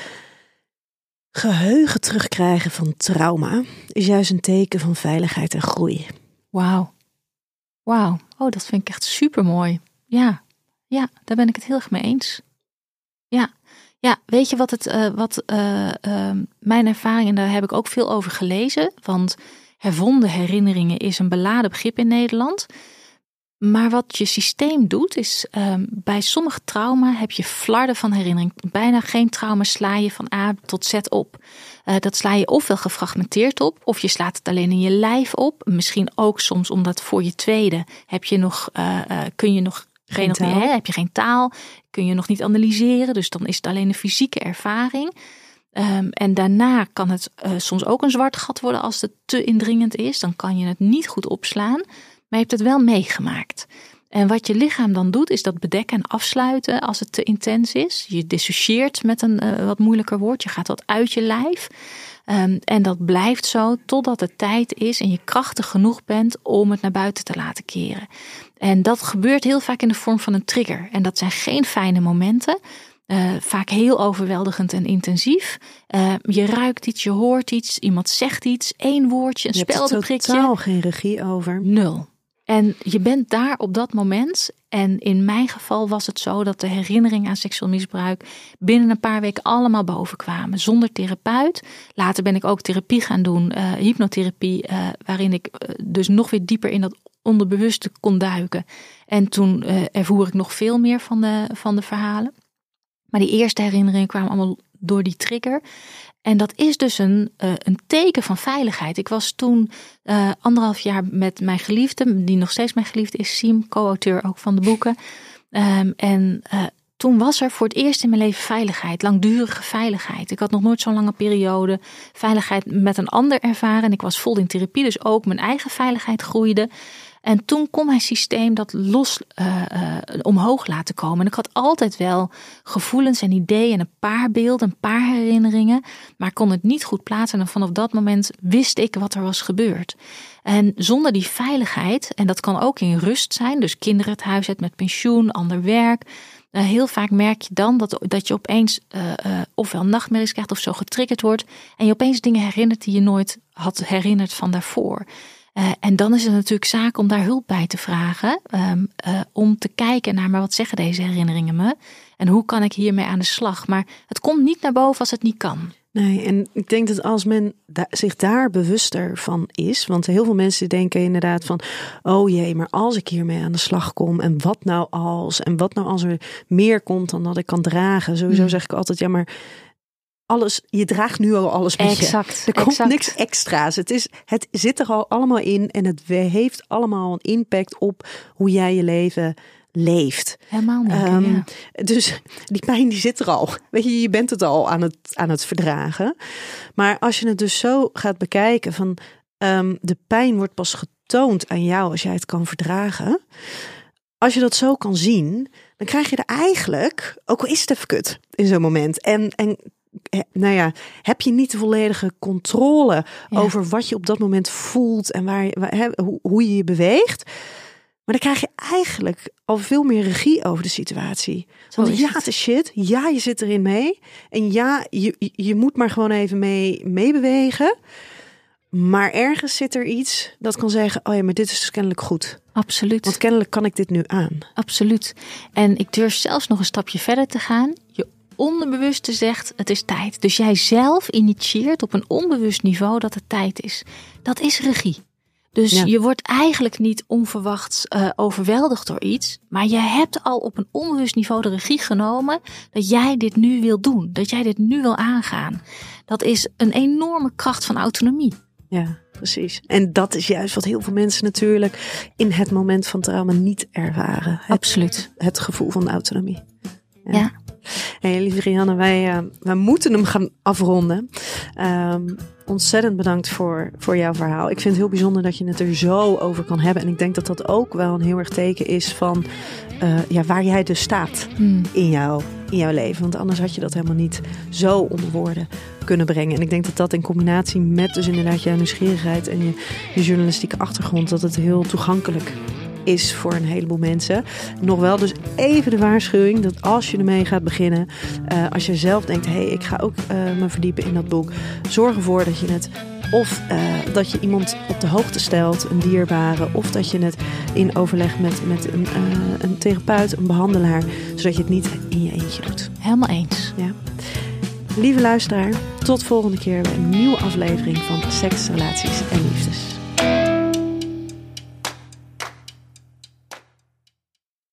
[SPEAKER 2] Geheugen terugkrijgen van trauma is juist een teken van veiligheid en groei.
[SPEAKER 3] Wauw. Dat vind ik echt super mooi. Ja, daar ben ik het heel erg mee eens. Ja, weet je wat mijn ervaring, en daar heb ik ook veel over gelezen, want hervonden herinneringen is een beladen begrip in Nederland. Maar wat je systeem doet is, bij sommige trauma heb je flarden van herinnering. Bijna geen trauma sla je van A tot Z op. Dat sla je ofwel gefragmenteerd op, of je slaat het alleen in je lijf op. Misschien ook soms omdat voor je tweede heb je nog, kun je nog geen taal. Heb je geen taal, kun je nog niet analyseren. Dus dan is het alleen een fysieke ervaring. En daarna kan het soms ook een zwart gat worden als het te indringend is. Dan kan je het niet goed opslaan. Maar je hebt het wel meegemaakt. En wat je lichaam dan doet, is dat bedekken en afsluiten als het te intens is. Je dissocieert met een wat moeilijker woord. Je gaat wat uit je lijf. En dat blijft zo totdat het tijd is en je krachtig genoeg bent om het naar buiten te laten keren. En dat gebeurt heel vaak in de vorm van een trigger. En dat zijn geen fijne momenten. Vaak heel overweldigend en intensief. Je ruikt iets, je hoort iets, iemand zegt iets, 1 woordje, een speldenprikje.
[SPEAKER 2] Je hebt er totaal geen regie over.
[SPEAKER 3] 0. En je bent daar op dat moment. En in mijn geval was het zo dat de herinneringen aan seksueel misbruik binnen een paar weken allemaal bovenkwamen. Zonder therapeut. Later ben ik ook therapie gaan doen, hypnotherapie, waarin ik dus nog weer dieper in dat onderbewuste kon duiken. En toen ervoer ik nog veel meer van de verhalen. Maar die eerste herinneringen kwamen allemaal door die trigger. En dat is dus een teken van veiligheid. Ik was toen 1,5 jaar met mijn geliefde, die nog steeds mijn geliefde is, Siem, co-auteur ook van de boeken. Toen was er voor het eerst in mijn leven veiligheid, langdurige veiligheid. Ik had nog nooit zo'n lange periode veiligheid met een ander ervaren. Ik was vol in therapie, dus ook mijn eigen veiligheid groeide. En toen kon mijn systeem dat los omhoog laten komen. En ik had altijd wel gevoelens en ideeën, een paar beelden, een paar herinneringen. Maar kon het niet goed plaatsen. En vanaf dat moment wist ik wat er was gebeurd. En zonder die veiligheid, en dat kan ook in rust zijn. Dus kinderen het huis uit met pensioen, ander werk. Heel vaak merk je dan dat je opeens ofwel nachtmerries krijgt of zo getriggerd wordt. En je opeens dingen herinnert die je nooit had herinnerd van daarvoor. En dan is het natuurlijk zaak om daar hulp bij te vragen. Om te kijken naar, maar wat zeggen deze herinneringen me? En hoe kan ik hiermee aan de slag? Maar het komt niet naar boven als het niet kan.
[SPEAKER 2] Nee, en ik denk dat als men zich daar bewuster van is. Want heel veel mensen denken inderdaad van, oh jee, maar als ik hiermee aan de slag kom. En wat nou als er meer komt dan dat ik kan dragen. Sowieso zeg ik altijd, ja maar alles, je draagt nu al alles met je. Er komt niks extra's. Het zit er al allemaal in en het heeft allemaal een impact op hoe jij je leven leeft.
[SPEAKER 3] Helemaal niet.
[SPEAKER 2] Dus die pijn die zit er al. Weet je bent het al aan het verdragen. Maar als je het dus zo gaat bekijken van de pijn wordt pas getoond aan jou als jij het kan verdragen. Als je dat zo kan zien, dan krijg je er eigenlijk, ook al is het even kut in zo'n moment. En nou ja, heb je niet de volledige controle over wat je op dat moment voelt en hoe je je beweegt. Maar dan krijg je eigenlijk al veel meer regie over de situatie. Want het is shit. Ja, je zit erin mee. En ja, je moet maar gewoon even meebewegen. Maar ergens zit er iets dat kan zeggen, oh ja, maar dit is dus kennelijk goed.
[SPEAKER 3] Absoluut.
[SPEAKER 2] Want kennelijk kan ik dit nu aan.
[SPEAKER 3] Absoluut. En ik durf zelfs nog een stapje verder te gaan. Je onderbewuste zegt, het is tijd. Dus jij zelf initieert op een onbewust niveau dat het tijd is. Dat is regie. Dus je wordt eigenlijk niet onverwachts overweldigd door iets. Maar je hebt al op een onbewust niveau de regie genomen dat jij dit nu wil doen. Dat jij dit nu wil aangaan. Dat is een enorme kracht van autonomie.
[SPEAKER 2] Ja, precies. En dat is juist wat heel veel mensen natuurlijk in het moment van trauma niet ervaren.
[SPEAKER 3] Absoluut.
[SPEAKER 2] Het gevoel van autonomie.
[SPEAKER 3] Ja.
[SPEAKER 2] Hey, lieve Rianne, wij moeten hem gaan afronden. Ontzettend bedankt voor jouw verhaal. Ik vind het heel bijzonder dat je het er zo over kan hebben. En ik denk dat dat ook wel een heel erg teken is van waar jij dus staat in jouw leven. Want anders had je dat helemaal niet zo onder woorden kunnen brengen. En ik denk dat dat in combinatie met dus inderdaad jouw nieuwsgierigheid en je journalistieke achtergrond, dat het heel toegankelijk is voor een heleboel mensen. Nog wel dus even de waarschuwing dat als je ermee gaat beginnen, als je zelf denkt, ik ga ook me verdiepen in dat boek, zorg ervoor dat je het of dat je iemand op de hoogte stelt, een dierbare, of dat je het in overleg met een therapeut, een behandelaar, zodat je het niet in je eentje doet.
[SPEAKER 3] Helemaal eens.
[SPEAKER 2] Ja. Lieve luisteraar, tot volgende keer bij een nieuwe aflevering van Seks, Relaties en Liefdes.